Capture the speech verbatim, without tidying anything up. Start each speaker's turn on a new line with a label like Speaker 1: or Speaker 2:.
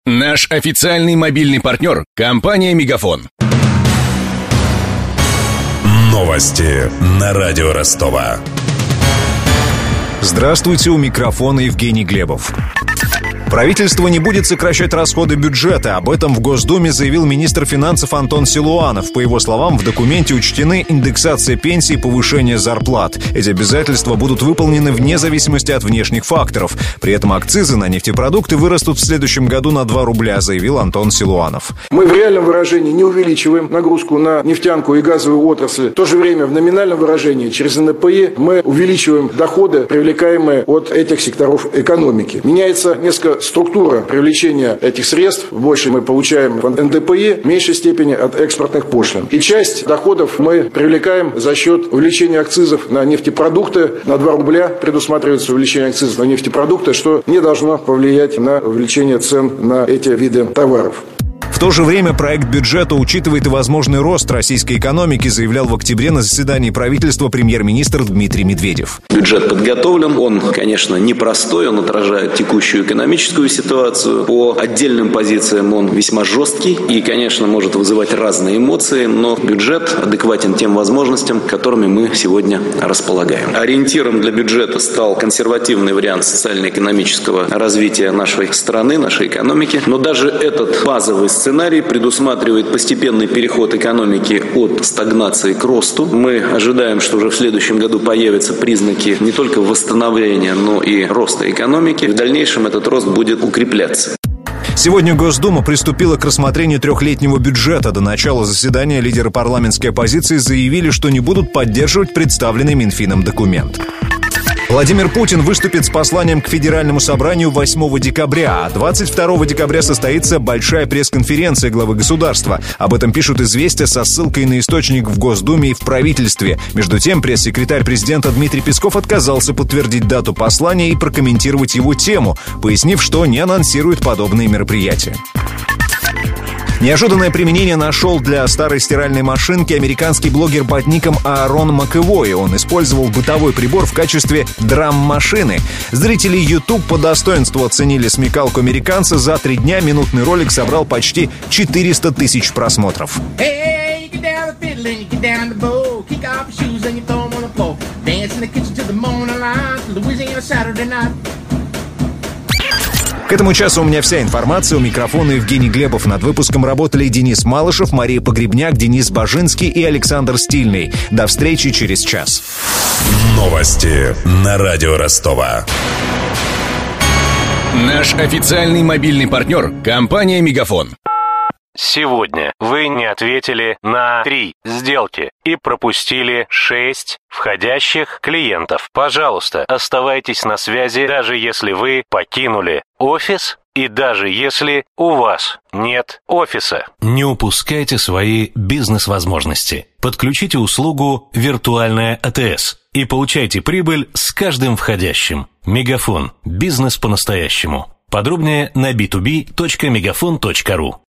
Speaker 1: Наш официальный мобильный партнер – компания «Мегафон».
Speaker 2: Новости на радио Ростова.
Speaker 3: Здравствуйте, у микрофона Евгений Глебов. Правительство не будет сокращать расходы бюджета. Об этом в Госдуме заявил министр финансов Антон Силуанов. По его словам, в документе учтены индексация пенсий и повышение зарплат. Эти обязательства будут выполнены вне зависимости от внешних факторов. При этом акцизы на нефтепродукты вырастут в следующем году на два рубля, заявил Антон Силуанов.
Speaker 4: Мы в реальном выражении не увеличиваем нагрузку на нефтянку и газовую отрасль. В то же время в номинальном выражении через эн дэ пэ е мы увеличиваем доходы, привлекаемые от этих секторов экономики. Меняется несколько структура привлечения этих средств. Больше мы получаем в эн дэ пэ е, в меньшей степени от экспортных пошлин. И часть доходов мы привлекаем за счет увеличения акцизов на нефтепродукты. На два рубля предусматривается увеличение акцизов на нефтепродукты, что не должно повлиять на увеличение цен на эти виды товаров.
Speaker 3: В то же время проект бюджета учитывает и возможный рост российской экономики, заявлял в октябре на заседании правительства премьер-министр Дмитрий Медведев.
Speaker 5: Бюджет подготовлен, он, конечно, непростой, он отражает текущую экономическую ситуацию. По отдельным позициям он весьма жесткий и, конечно, может вызывать разные эмоции, но бюджет адекватен тем возможностям, которыми мы сегодня располагаем. Ориентиром для бюджета стал консервативный вариант социально-экономического развития нашей страны, нашей экономики, но даже этот базовый сценарий Сценарий предусматривает постепенный переход экономики от стагнации к росту. Мы ожидаем, что уже в следующем году появятся признаки не только восстановления, но и роста экономики. В дальнейшем этот рост будет укрепляться.
Speaker 3: Сегодня Госдума приступила к рассмотрению трехлетнего бюджета. До начала заседания лидеры парламентской оппозиции заявили, что не будут поддерживать представленный Минфином документ. Владимир Путин выступит с посланием к Федеральному собранию восьмого декабря, а двадцать второго декабря состоится большая пресс-конференция главы государства. Об этом пишут «Известия» со ссылкой на источник в Госдуме и в правительстве. Между тем, пресс-секретарь президента Дмитрий Песков отказался подтвердить дату послания и прокомментировать его тему, пояснив, что не анонсирует подобные мероприятия. Неожиданное применение нашел для старой стиральной машинки американский блогер под ником Аарон Макэвой. Он использовал бытовой прибор в качестве драм-машины. Зрители YouTube по достоинству оценили смекалку американца. За три дня минутный ролик собрал почти четыреста тысяч просмотров. К этому часу у меня вся информация. У микрофона Евгений Глебов. Над выпуском работали Денис Малышев, Мария Погребняк, Денис Бажинский и Александр Стильный. До встречи через час.
Speaker 2: Новости на радио Ростова.
Speaker 1: Наш официальный мобильный партнер – компания «Мегафон».
Speaker 6: Сегодня вы не ответили на три сделки и пропустили шесть входящих клиентов. Пожалуйста, оставайтесь на связи, даже если вы покинули офис и даже если у вас нет офиса. Не упускайте свои бизнес-возможности. Подключите услугу «Виртуальная а тэ эс» и получайте прибыль с каждым входящим. Мегафон. Бизнес по-настоящему. Подробнее на би ту би точка мегафон точка ру.